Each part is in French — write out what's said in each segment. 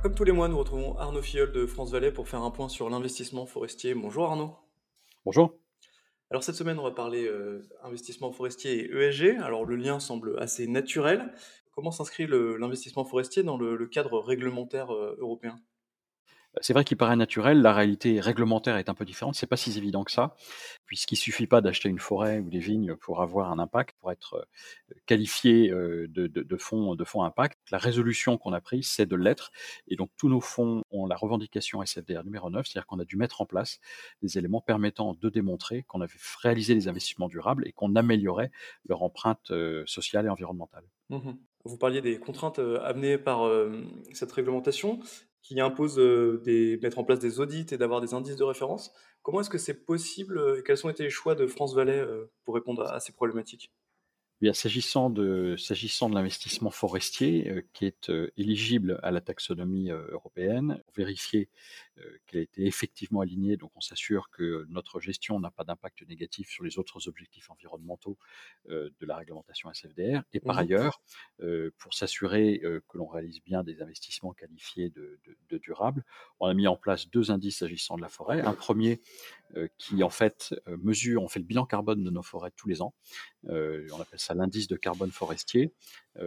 Comme tous les mois, nous retrouvons Arnaud Filleul de France Valais pour faire un point sur l'investissement forestier. Bonjour Arnaud. Bonjour. Alors cette semaine, on va parler investissement forestier et ESG. Alors le lien semble assez naturel. Comment s'inscrit l'investissement forestier dans le cadre réglementaire européen? C'est vrai qu'il paraît naturel, la réalité réglementaire est un peu différente, c'est pas si évident que ça, puisqu'il suffit pas d'acheter une forêt ou des vignes pour avoir un impact, pour être, qualifié, de fonds impact. La résolution qu'on a prise, c'est de l'être et donc tous nos fonds ont la revendication SFDR numéro 9, c'est-à-dire qu'on a dû mettre en place des éléments permettant de démontrer qu'on avait réalisé des investissements durables et qu'on améliorait leur empreinte, sociale et environnementale. Mhm. Vous parliez des contraintes amenées par cette réglementation qui impose mettre en place des audits et d'avoir des indices de référence. Comment est-ce que c'est possible et quels ont été les choix de France Valais pour répondre à ces problématiques? Eh bien, s'agissant de l'investissement forestier, qui est, éligible à la taxonomie, européenne, pour vérifier, qu'elle a été effectivement alignée, donc on s'assure que notre gestion n'a pas d'impact négatif sur les autres objectifs environnementaux, de la réglementation SFDR et par Mhm. ailleurs, pour s'assurer, que l'on réalise bien des investissements qualifiés de durables, on a mis en place 2 indices s'agissant de la forêt. Un premier qui en fait, on fait le bilan carbone de nos forêts tous les ans. On appelle ça l'indice de carbone forestier,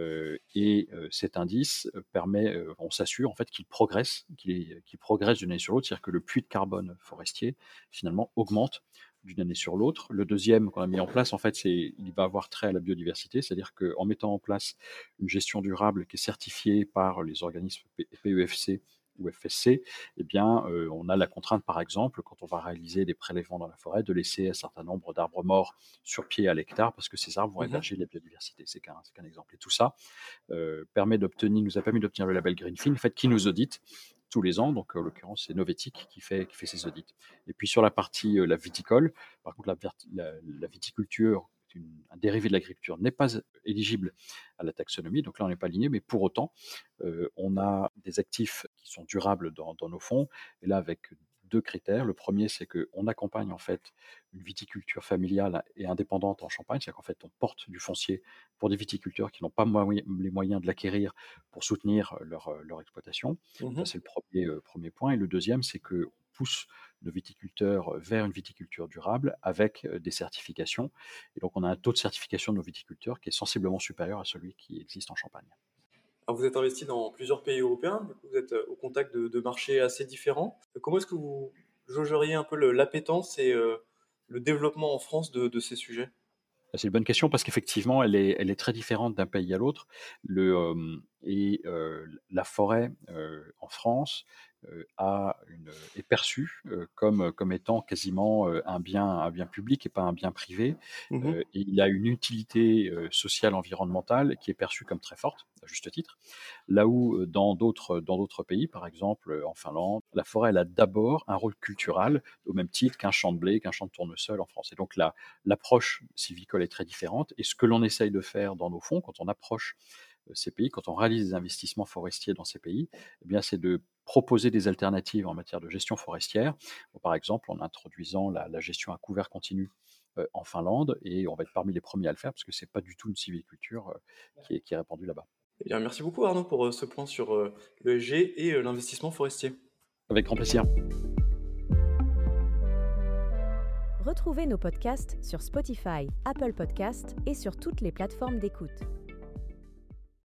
cet indice, on s'assure en fait qu'il progresse d'une année sur l'autre. C'est-à-dire que le puits de carbone forestier, finalement, augmente d'une année sur l'autre. Le deuxième qu'on a mis en place, en fait, il va avoir trait à la biodiversité, c'est-à-dire qu'en mettant en place une gestion durable qui est certifiée par les organismes PEFC ou FSC, eh bien, on a la contrainte, par exemple, quand on va réaliser des prélèvements dans la forêt, de laisser un certain nombre d'arbres morts sur pied à l'hectare parce que ces arbres vont Mhm. héberger de la biodiversité. C'est qu'un exemple. Et tout ça nous a permis d'obtenir le label Greenfin, en fait, qui nous audite tous les ans. Donc, en l'occurrence, c'est Novetic qui fait ces audits. Et puis, sur la partie la viticole, par contre, la viticulture, un dérivé de l'agriculture, n'est pas éligible à la taxonomie. Donc là, on n'est pas aligné, mais pour autant, on a des actifs qui sont durables dans nos fonds. Et là, avec deux critères. Le premier, c'est qu'on accompagne en fait une viticulture familiale et indépendante en Champagne, c'est-à-dire qu'en fait, on porte du foncier pour des viticulteurs qui n'ont pas les moyens de l'acquérir pour soutenir leur exploitation. Ça, Mhm. c'est le premier point. Et le deuxième, c'est qu'on pousse nos viticulteurs vers une viticulture durable avec des certifications. Et donc, on a un taux de certification de nos viticulteurs qui est sensiblement supérieur à celui qui existe en Champagne. Alors vous êtes investi dans plusieurs pays européens, du coup vous êtes au contact de marchés assez différents. Comment est-ce que vous jaugeriez un peu l'appétence et le développement en France de ces sujets? C'est une bonne question parce qu'effectivement, elle est très différente d'un pays à l'autre. La forêt, en France, est perçue, comme étant quasiment, un bien public et pas un bien privé. Mhm. Et il a une utilité, sociale, environnementale qui est perçue comme très forte, à juste titre. Là où, dans d'autres pays, par exemple, en Finlande, la forêt, elle a d'abord un rôle culturel, au même titre qu'un champ de blé, qu'un champ de tournesol en France. Et donc l'approche civicole est très différente et ce que l'on essaye de faire dans nos fonds, quand on approche, ces pays, quand on réalise des investissements forestiers dans ces pays, eh bien, c'est de proposer des alternatives en matière de gestion forestière. Bon, par exemple, en introduisant la gestion à couvert continu, en Finlande et on va être parmi les premiers à le faire parce que c'est pas du tout une sylviculture, qui est répandue là-bas. Eh bien, merci beaucoup Arnaud pour ce point sur l'ESG et l'investissement forestier. Avec grand plaisir. Retrouvez nos podcasts sur Spotify, Apple Podcasts et sur toutes les plateformes d'écoute.